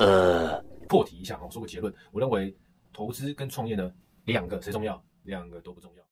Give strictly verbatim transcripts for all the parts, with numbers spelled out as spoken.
呃，破题一下哦，说个结论。我认为投资跟创业呢，两个谁重要？两个都不重要。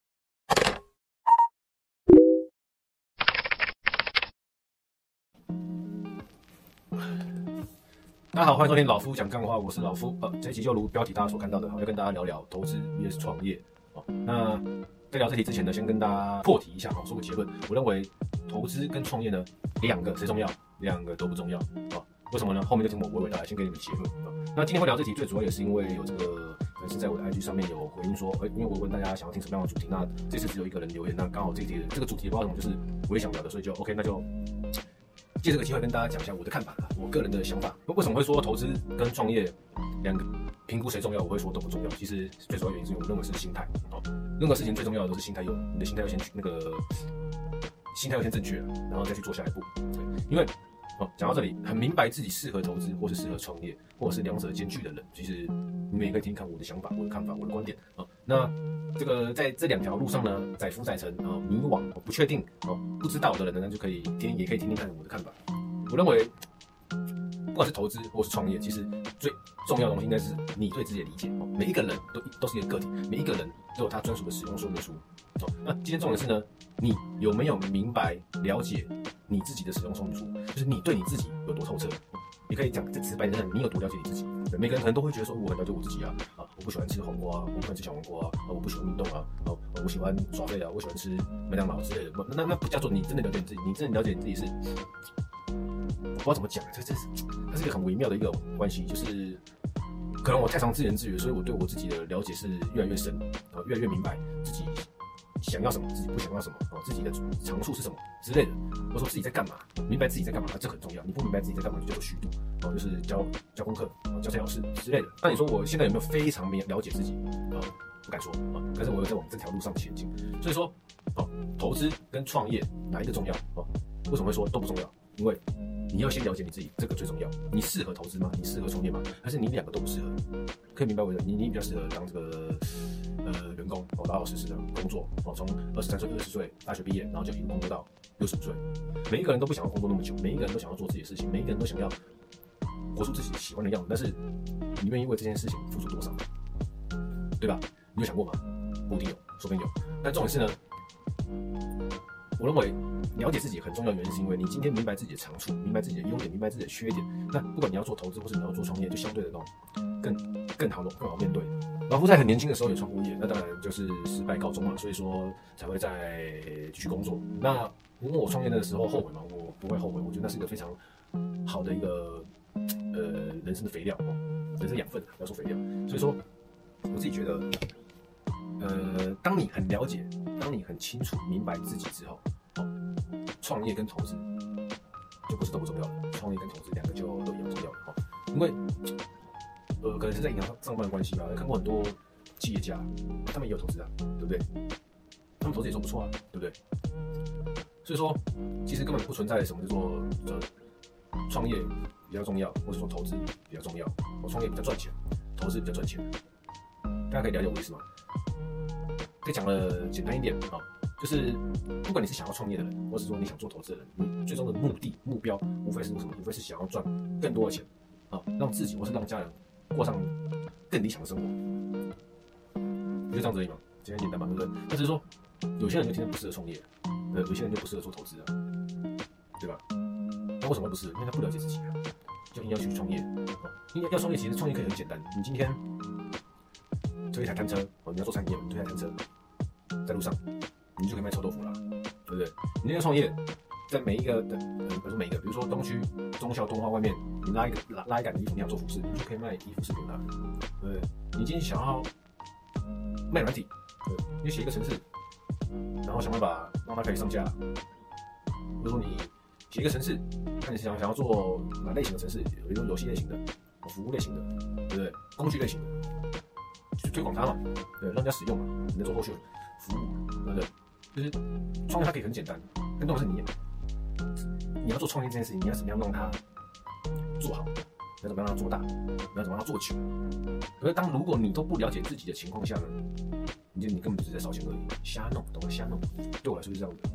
大家好，欢迎收听老夫讲干话，我是老夫。呃，这一集就如标题大家所看到的，要跟大家聊聊投资 V S 创业。哦，那在聊这题之前呢，先跟大家破题一下哦，说个结论。我认为投资跟创业呢，两个谁重要？两个都不重要。哦，为什么呢？后面就听我娓娓道来，先给你们结论。哦，那今天会聊这题，最主要也是因为有这个粉丝在我的 I G 上面有回应说，哎、欸，因为我问大家想要听什么样的主题，那这次只有一个人留言，那刚好这题这个主题不知道什么，就是我也想聊的，所以就 OK， 那就借这个机会跟大家讲一下我的看法，我个人的想法。为什么会说投资跟创业两个评估谁重要？我会说都不重要。其实最主要原因是因为我认为是心态哦，任何事情最重要的都是心态有，你的心态要先那个心态要先正确，然后再去做下一步。对，因为哦，讲到这里，很明白自己适合投资或是适合创业，或者是两者兼具的人，其实你们也可以听看我的想法、我的看法、我的观点啊。那这个在这两条路上呢，载浮载沉啊，迷惘、不确定、哦不知道的人呢，就可以听，也可以听听看我的看法。我认为，不管是投资或是创业，其实最重要的东西应该是你对自己的理解。哦，每一个人都都是一个个体，每一个人都有他专属的使用说明书。哦，那今天重点是呢，你有没有明白了解你自己的使用说明书？就是你对你自己有多透彻。你可以讲这直白点，你有多了解你自己？对，每个人可能都会觉得说，我很了解我自己啊，啊，我不喜欢吃黄瓜啊，我不喜欢吃小黄瓜啊，啊，我不喜欢运动啊，啊，我喜欢耍废啊，我喜欢吃麦当劳之类的。那那不叫做你真的了解你自己，你真的了解你自己是，我不知道怎么讲，这这是它是一个很微妙的一个关系，就是可能我太常自言自语，所以我对我自己的了解是越来越深，啊，越来越明白自己想要什么，自己不想要什么，哦，自己的长处是什么之类的，或者说自己在干嘛，明白自己在干嘛，这很重要。你不明白自己在干嘛，就叫做虚度，哦，就是交交功课，哦，交差考试之类的。那你说我现在有没有非常了解自己？啊，不敢说啊，可是我有在往这条路上前进。所以说，哦，投资跟创业哪一个重要？哦，为什么会说都不重要？因为你要先了解你自己，这个最重要。你适合投资吗？你适合创业吗？还是你两个都不适合？可以明白我的，你你比较适合当这个呃员工，哦，老老实实的工作，哦，从二十三岁、二十岁大学毕业，然后就一路工作到六十五岁。每一个人都不想要工作那么久，每一个人都想要做自己的事情，每一个人都想要活出自己喜欢的样子。但是你愿意为这件事情付出多少？对吧？你有想过吗？不一定有，说不定有。但重点是呢，我认为了解自己很重要的原因，是因为你今天明白自己的长处，明白自己的优点，明白自己的缺点。那不管你要做投资或是你要做创业，就相对的那种更更好更好面对。老夫在很年轻的时候也创过业，那当然就是失败告终嘛，所以说才会再继续工作。那因为我创业的时候后悔嘛，我不会后悔，我觉得那是一个非常好的一个呃人生的肥料，人生养分，不要说肥料。所以说我自己觉得，呃，当你很了解，当你很清楚明白自己之后，哦，创业跟投资就不是都不重要了，创业跟投资两个就都一样重要了，哦，因为呃，可能是在银行上班的关系吧，看过很多企业家，他们也有投资啊，对不对？他们投资也做不错啊，对不对？所以说，其实根本不存在什么叫做呃创业比较重要，或者说投资比较重要。我创业比较赚钱，投资比较赚钱，大家可以了解我意思吗？可以讲的简单一点啊，就是不管你是想要创业的人，或是说你想做投资的人，你最终的目的目标无非是什么？无非是想要赚更多的钱啊，让自己或是让家人过上更理想的生活，不就这样子而已吗？简单简单嘛，对不对？但是说有些人就天生不适合创业，呃，有些人就不适合做投资啊，对吧？那为什么会不适合？因为他不了解自己啊，就硬要去创业啊。因为要创业，其实创业可以很简单，你今天推一台摊车，哦，你要做餐饮业，你推一台摊车，在路上，你就可以卖臭豆腐啦，对不对？你那个创业，在每一个的，呃，比如说每一个，比如说东区中小动画外面，你拉一个拉拉一杆的衣服，你想做服饰，你就可以卖衣服饰品啦，对不对？你今天想要卖软体，对，你写一个程式，然后想办法让它可以上架，或者说你写一个程式，看你想想要做哪类型的程式，有一种游戏类型的，服务类型的，对不对？工具类型的，去推广它嘛，对，让人家使用嘛，你在做后续服务，对不对？就是创业它可以很简单，但重点是你，你要做创业这件事情，你要怎么样让它做好，你要怎么样让它做大，你要怎么样让它做久。可是当如果你都不了解自己的情况下呢，你就你根本就是在烧钱而已，瞎弄，懂吗？瞎弄，对我来说是这样的。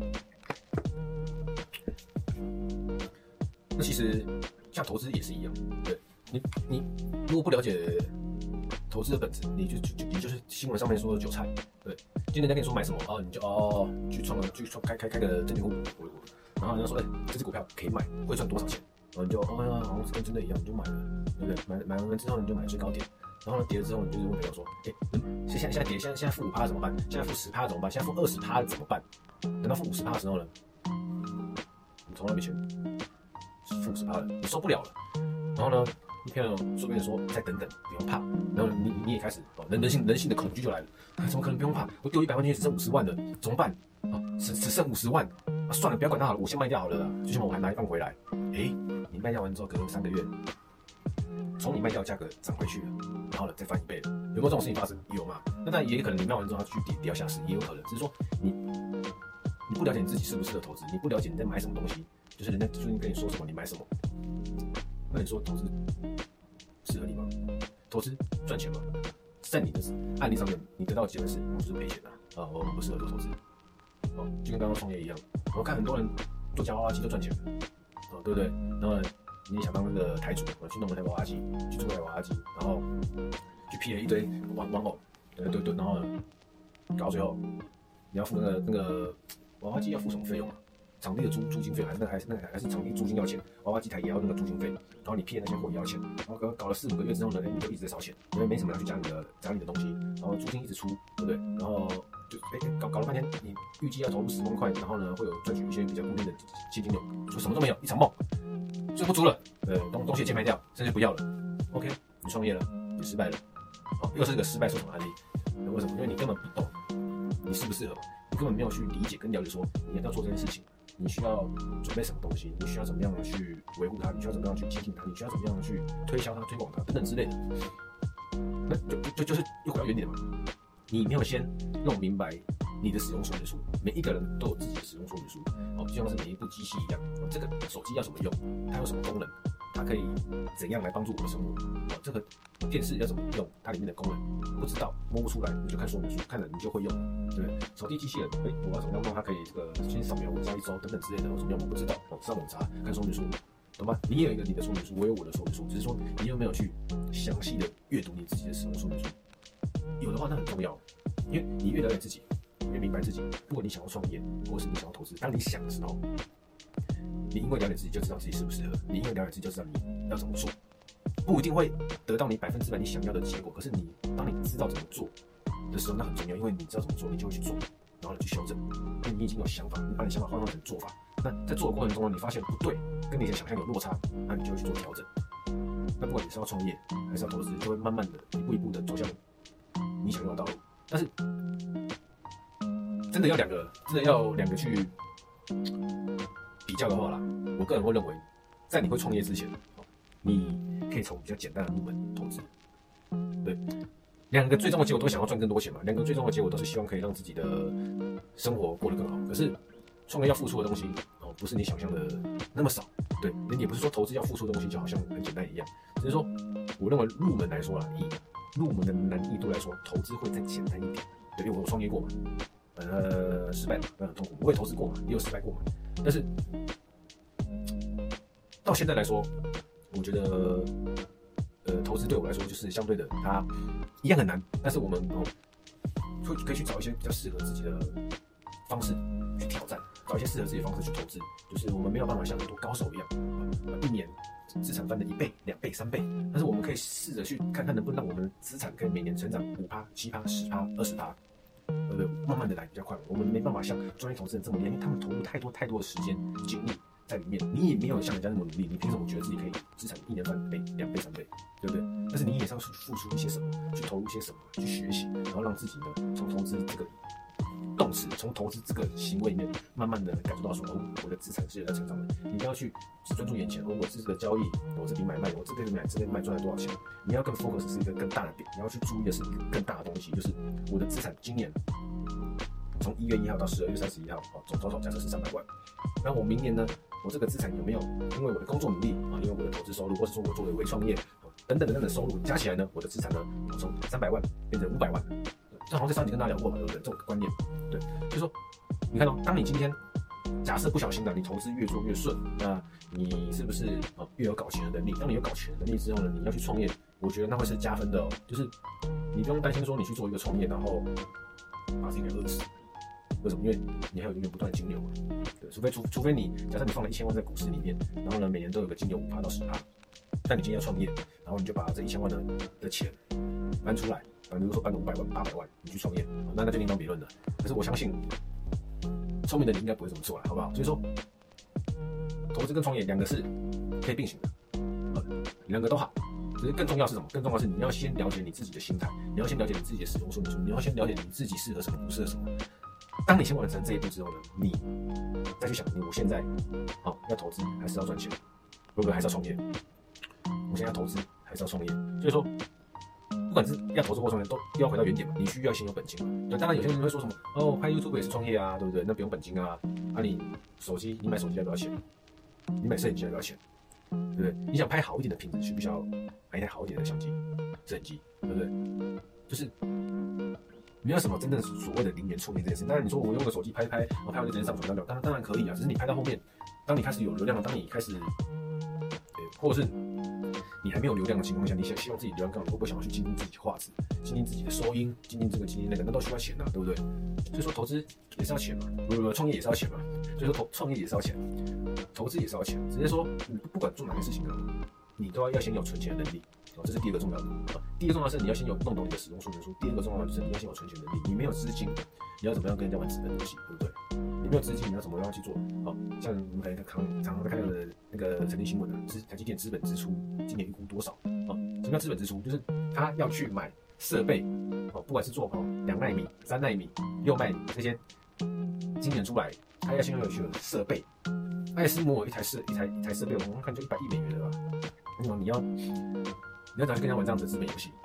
那其实像投资也是一样，对， 你你如果不了解投资的本质，你就就就你就是新闻上面说的韭菜，对，今天人家跟你说买什么啊，你就哦去创去创开开开个证券户，然后人家说哎、欸、这只股票可以买，会赚多少钱，然后你就哦呀好像是跟真的一样，你就买了，对不对？买买完之后你就买最高点，然后呢跌了之后你就问朋友说，哎、欸，现在现在跌，现在现在负五趴怎么办？现在负十趴怎么办？现在负二十趴怎么办？等到负五十趴的时候呢，你从来没钱，负五十趴了，你受不了了，然后呢？骗人说别人说再等等，不用怕。然后你你也开始哦，人人性人性的恐惧就来了。啊，怎么可能不用怕？我丢一百万进去只剩五十万了，怎么办？啊，只只剩五十万啊，算了，不要管它好了，我先卖掉好了啦。最起码我还拿一半回来。诶，你卖掉完之后，隔三个月，从你卖掉的价格涨回去了，然后呢再翻一倍了，有没有这种事情发生？有嘛？那当然也可能你卖完之后它继续跌跌到下市，也有可能。只是说你你不了解你自己适不适合投资，你不了解你在买什么东西，就是人家最近跟你说什么，你买什么。那你说投资适合你吗？投资赚钱吗？在你的案例上面，你得到的结论是，我就是赔钱啊！啊，我不适合做投资。哦，就跟刚刚创业一样，我看很多人做夹娃娃机就赚钱了，哦，对不对？然后你也想当那个台主，我去弄了台娃娃机，去做台娃娃机，然后去批了一堆玩玩偶，对对对，然后搞到最后，你要付那个那个娃娃机要付什么费用啊？场地的租租金费还是那还是那还是场地租金要钱，娃娃机台也要那个租金费，然后你批的那些货也要钱，然后搞搞了四五个月之后呢，你就一直在烧钱，因为没什么人去加你的加你的东西，然后租金一直出，对不对？然后就哎、欸、搞搞了半天，你预计要投入十万块，然后呢会有赚取一些比较固定的现金流，说什么都没有，一场梦，最后不租了，呃东东西贱卖掉，甚至不要了 ，OK， 你创业了，你失败了，好，又是个失败收场案例，为什么？因为你根本不懂你适不适合，你根本没有去理解跟了解说你要做这件事情。你需要准备什么东西？你需要怎么样的去维护它？你需要怎么样去接近它？你需要怎么样的去推销它、推广它等等之类的？那就就就是又回到原点嘛。你没有先弄明白你的使用说明书，每一个人都有自己的使用说明书，哦，就像是每一部机器一样，哦，这个手机要怎么用？它有什么功能？它可以怎样来帮助我的生活？哦，这个电视要怎么用？它里面的功能不知道摸不出来，你就看说明书，看了你就会用了，对不对？扫地机器人，哎，我要怎么样弄它可以这个先扫描我家一周等等之类的，我怎么样我不知道，哦，上网查看说明书，懂吗？你也有一个你的说明书，我有我的说明书，只是说你有没有去详细的阅读你自己的使用说明书？有的话那很重要，因为你越了解自己，你越明白自己。如果你想要创业，或者是你想要投资，当你想的时候，你因为了解自己就知道自己适不适合，你因为了解自己就知道你要怎么做，不一定会得到你百分之百你想要的结果。可是你当你知道怎么做的时候，那很重要，因为你知道怎么做，你就会去做，然后去修正，因为你已经有想法，你把你想法换换成做法。那在做的过程中呢，你发现不对，跟你的想象有落差，那你就会去做调整。那不管你是要创业还是要投资，就会慢慢的一步一步的走向你想要的道路。但是真的要两个，真的要两个去比较的话啦，我个人会认为，在你会创业之前，你可以从比较简单的入门投资。对，两个最终的结果都想要赚更多钱嘛，两个最终的结果都是希望可以让自己的生活过得更好。可是创业要付出的东西哦，不是你想象的那么少。对，也不是说投资要付出的东西就好像很简单一样，只是说我认为入门来说啦，以入门的难易度来说，投资会再简单一点。对，因为我创业过嘛，呃，失败了，很痛苦。我也投资过嘛，也有失败过嘛。但是到现在来说，我觉得，呃，投资对我来说就是相对的，它一样很难。但是我们哦，会可以去找一些比较适合自己的方式去挑战，找一些适合自己的方式去投资。就是我们没有办法像很多高手一样，呃、一年资产翻了一倍、两倍、三倍，但是我们可以试着去看看能不能让我们的资产可以每年成长五趴、七趴、十趴、二十趴。对不对？慢慢的来比较快。我们没办法像专业投资人这么厉害，因为他们投入太多太多的时间精力在里面，你也没有像人家那么努力，你凭什么觉得自己可以资产一年翻倍、两倍、三倍，对不对？但是你也是要付出一些什么，去投入一些什么，去学习，然后让自己呢从投资这个动词，从投资这个行为里面，慢慢的感受到说，哦，我的资产是有在成长的。你不要去只专注眼前，哦，我这个交易，我这笔买卖，我这边买这边卖赚了多少钱？你要更 focus 是一个更大的点，你要去注意的是一个更大的东西，就是我的资产今年从一月一号到十二月三十一号，哦，总 total 假设是三百万。那我明年呢，我这个资产有没有因为我的工作努力啊，因为我的投资收入，或是说我做的微创业等等等等的收入加起来呢，我的资产呢从三百万变成五百万。这好像在上集跟大家聊过嘛，对不对？这种观念，对，就是说，你看哦，当你今天在假设不小心的，你投资越做越顺，那你是不是啊越有搞钱的能力？当你有搞钱的能力之后呢，你要去创业，我觉得那会是加分的哦。就是你不用担心说你去做一个创业，然后把自己给饿死。为什么？因为你还有源源不断的金流嘛。对，除非除除非你假设你放了一千万在股市里面，然后呢每年都有个金流五趴到十趴，但你今天要创业，然后你就把这一千万的的钱搬出来，比如说搬个五百万、八百万，你去创业，那那就另当别论了。可是我相信，聪明的你应该不会这么做了，好不好？所以说，投资跟创业两个是可以并行的，呃，两个都好。只是更重要是什么？更重要是你要先了解你自己的心态，你要先了解你自己的使用说明书，你要先了解你自己适合什么，不适合什么。当你先完成这一步之后呢，你再去想，你我现在好、哦、要投资还是要赚钱，对不对？还是要创业？我现在要投资还是要创业？所以说，不管是要投资或创业，都要回到原点嘛。你需要先有本金嘛。对，当然有些人会说什么哦，拍 YouTube 也是创业啊，对不对？那不用本金啊。啊，你手机，你买手机要多少钱？你买摄影机要多少钱？对不对？你想拍好一点的品质，需不需要买一台好一点的相机、摄影机？对不对？就是没有什么真正所谓的零元创业这件事。当然，你说我用个手机拍拍，我拍完就直接上传到，当然当然可以啊。只是你拍到后面，当你开始有流量了，当你开始，呃，或者是你还没有流量的情况下，你想希望自己流量更好，你会不会想要去精进自己的画质、精进自己的收音、精进这个、精进那个？那都需要钱啊，对不对？所以说投资也是要钱嘛，不不不，创业也是要钱嘛。所以说投创业也是要钱，投资也是要钱。只是说你不管做哪件事情呢，你都要要先有存钱的能力。哦，这是第二个重要的。啊，第一个重要的是你要先有弄懂你的使用说明书。第二个重要的就是你要先有存钱能力。你没有资金，你要怎么样跟人家玩资本游戏，对不对？你没有资金，你要怎么样去做？好、哦，像我们可能常常常在看到的那个财经新闻啊，是台积电资本支出今年预估多少？啊、哦，什么叫资本支出？就是他要去买设备，哦，不管是做好两纳米、三纳米、六纳米这些晶圆出来，他要先有去设备。爱斯摩尔一台设一台一台设备，我们看就一百亿美元了吧？那么你要你要怎么去跟人家玩这样子的资本游戏？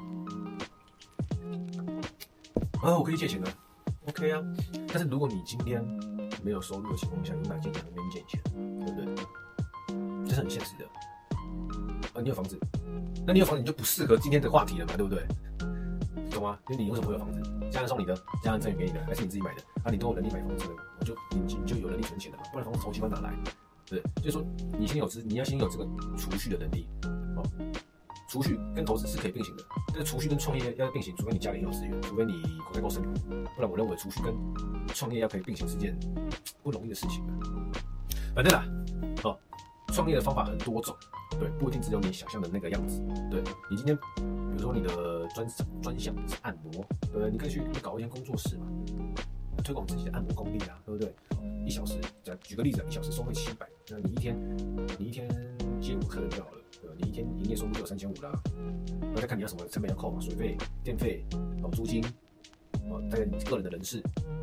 啊，我可以借钱的 ，OK 啊。但是如果你今天没有收入的情况下，有哪间银行跟你借钱，对不对？这是很现实的。啊，你有房子，那你有房子你就不适合今天的话题了嘛，对不对？懂吗？因为你为什么会有房子？家人送你的，家人赠予给你的，还是你自己买的？啊，你都有能力买房子了，我就你你就有能力存钱了嘛，不然房子从钱哪来？对，所以说你先有资，你要先有这个储蓄的能力哦。储蓄跟投资是可以并行的，但是储蓄跟创业要并行，除非你家里有资源，除非你口袋够深，不然我认为储蓄跟创业要可以并行是件不容易的事情。反正啦，哦，创业的方法很多种，对，不一定只有你想象的那个样子。对你今天，比如说你的专专项是按摩，对不对？你可以去搞一间工作室嘛，推广自己的按摩功力啊，对不对？一小时，举个例子，一小时收费七百，那你一天你一天接五客人就好了。对吧？你一天营业收入就有三千五啦，那再看你要什么成本要扣嘛，水费、电费、哦租金，哦再你个人的人事。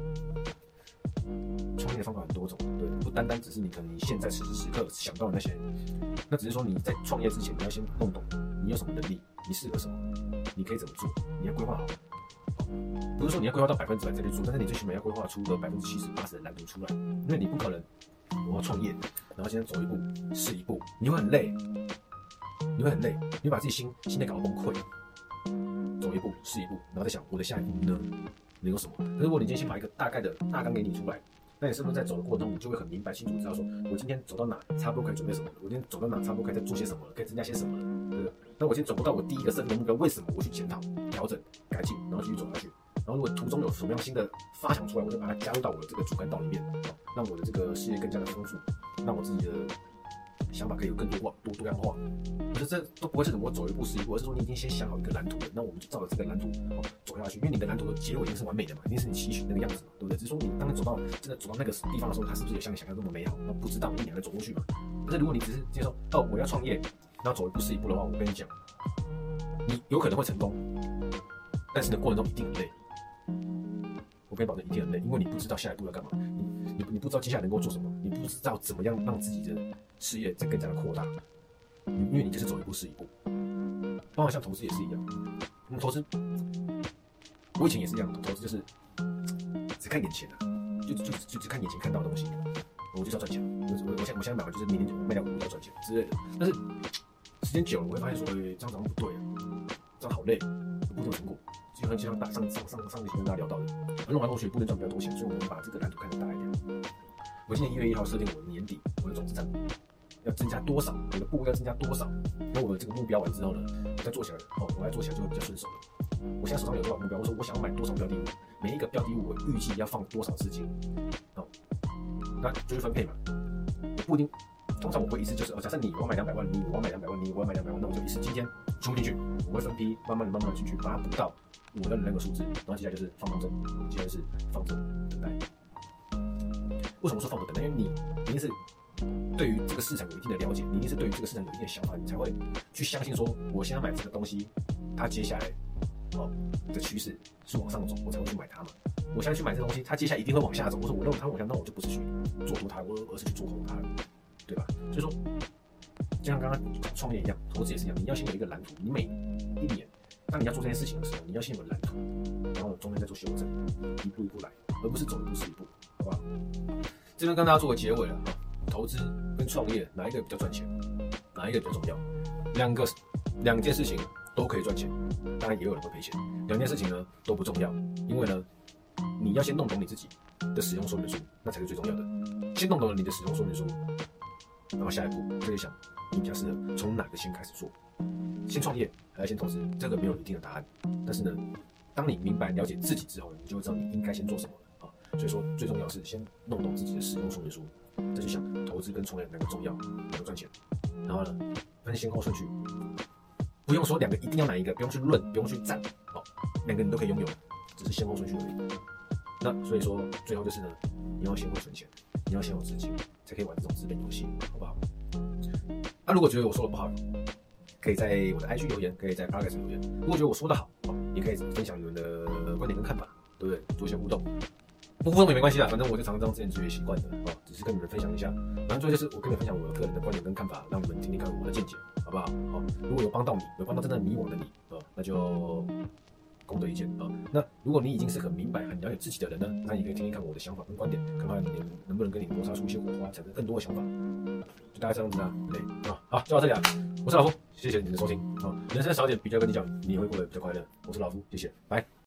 创业的方法很多种，对，不单单只是你可能你现在此时此刻想到的那些，那只是说你在创业之前，你要先弄懂你有什么能力，你适合什么，你可以怎么做，你要规划好。不是说你要规划到百分之百再去做，但是你最起码要规划出个百分之七十、八十的蓝图出来，因为你不可能我要创业，然后现在走一步是一步，你会很累。你会很累，你会把自己心心态搞到崩溃。走一步是一步，然后再想我的下一步呢能有什么？但是如果你今天先把一个大概的大纲给你出来，那你是不是在走的过程中，你就会很明白清楚知道说，我今天走到哪差不多可以准备什么了？我今天走到哪差不多可以再做些什么了？可以增加些什么了？对不对？那我今天走不到我第一个设定的目标，为什么我去检讨、调整、改进，然后继续走下去？然后如果途中有什么样新的发想出来，我就把它加入到我的这个主干道里面，让我的这个事业更加的丰富，让我自己的想法可以有更多多多样化。可是这都不会是我走一步是一步，而是说你已经先想好一个蓝图了，那我们就照着这个蓝图哦走下去。因为你的蓝图的结尾一定是完美的嘛，一定是你期许那个样子嘛，对不对？只是说你当你走到真的走到那个地方的时候，它是不是有像你想象那么美好？那不知道，因为你还在走过去嘛。可是如果你只是接受哦我要创业，然后走一步是一步的话，我跟你讲，你有可能会成功，但是呢过程中一定很累。我可以保证一定很累，因为你不知道下一步要干嘛，你你你不知道接下来能够做什么，你不知道怎么样让自己的事业再更加的扩大，因为你就是走一步是一步。包括像投资也是一样，我们投资，我以前也是一样，投资就是只看眼前的、啊，就就就只看眼前看到的东西，我就是要赚钱，我我我现我现在买完就是明年卖掉股票赚钱之类的。但是时间久了，我会发现说，哎，这样好像不对啊，这样好累，不会有成果。就很像大上上上上一期跟大家聊到的，龙华同学不能赚比较多钱，所以我们把这个蓝图看得大一点。 我今年一月一号设定我的年底我的总资产要增加多少，我的部位要增加多少，有我的这个目标完之后呢，我再做起来，哦，我来做起来就会比较顺手了。我现在手上有多少目标？我说我想要买多少标的物，每一个标的物我预计要放多少资金，哦，那就是分配嘛。我不一定，通常我会一次就是，哦，假设你我要买两百万，你我要买两百万，你我要买两百万，那我就一次今天全部进去，我会分批慢慢的、慢慢的进去，把它补到我的那个数字，然后接下来就是放风筝，接下来是放着等待。为什么说放着等待？因为你一定是对于这个市场有一定的了解，你一定是对于这个市场有一定的想法，你才会去相信说，我现在买这个东西，它接下来哦的趋势是往上走，我才会去买它嘛。我现在去买这东西，它接下来一定会往下走。我说我认为它往下，那我就不是去做多它，我而是去做空它，对吧？所以说，就像刚刚讲创业一样，投资也是一样，你要先有一个蓝图。你每一年，当你要做这件事情的时候，你要先有个蓝图，然后中间再做修正，一步一步来，而不是走一步是一步，好不好？这边跟大家做个结尾了啊。投资跟创业哪一个比较赚钱？哪一个比较重要？两个两件事情都可以赚钱，当然也有人会赔钱。两件事情呢都不重要，因为呢你要先弄懂你自己的使用说明书，那才是最重要的。先弄懂了你的使用说明书，然后下一步就会想你比较适合从哪个先开始做。先创业还是先投资？这个没有一定的答案。但是呢，当你明白了解自己之后，你就会知道你应该先做什么了啊。所以说最重要的是先弄懂自己的使用说明书。再去想投资跟创业哪个重要，哪个赚钱，然后呢，分先后顺序，不用说两个一定要哪一个，不用去论，不用去战，哦，两个你都可以拥有，只是先后顺序而已。那所以说最后就是呢，你要先会存钱，你要先有资金，才可以玩这种资本游戏，好不好？那、啊、如果觉得我说的不好，可以在我的 I G 留言，可以在 Podcast 留言。如果觉得我说的好，也可以分享你们的观点跟看法，对不对？做一些互动。不互动也没关系啦，反正我就常常这样自言自语习惯的啊，只是跟你们分享一下。反正最后就是我跟你们分享我的个人的观点跟看法，让你们听听看我的见解，好不好？好，如果有帮到你，有帮到真正迷惘的你啊，那就功德一件啊。那如果你已经是很明白、很了解自己的人呢，那你可以听听看我的想法跟观点，看看你能不能跟你摩擦出一些火花，产生更多的想法。就大概这样子啊，对啊，好，就到这里啊。我是老夫，谢谢你的收听啊。人生少点比较跟你讲，你也会过得比较快乐。我是老夫，谢谢，拜。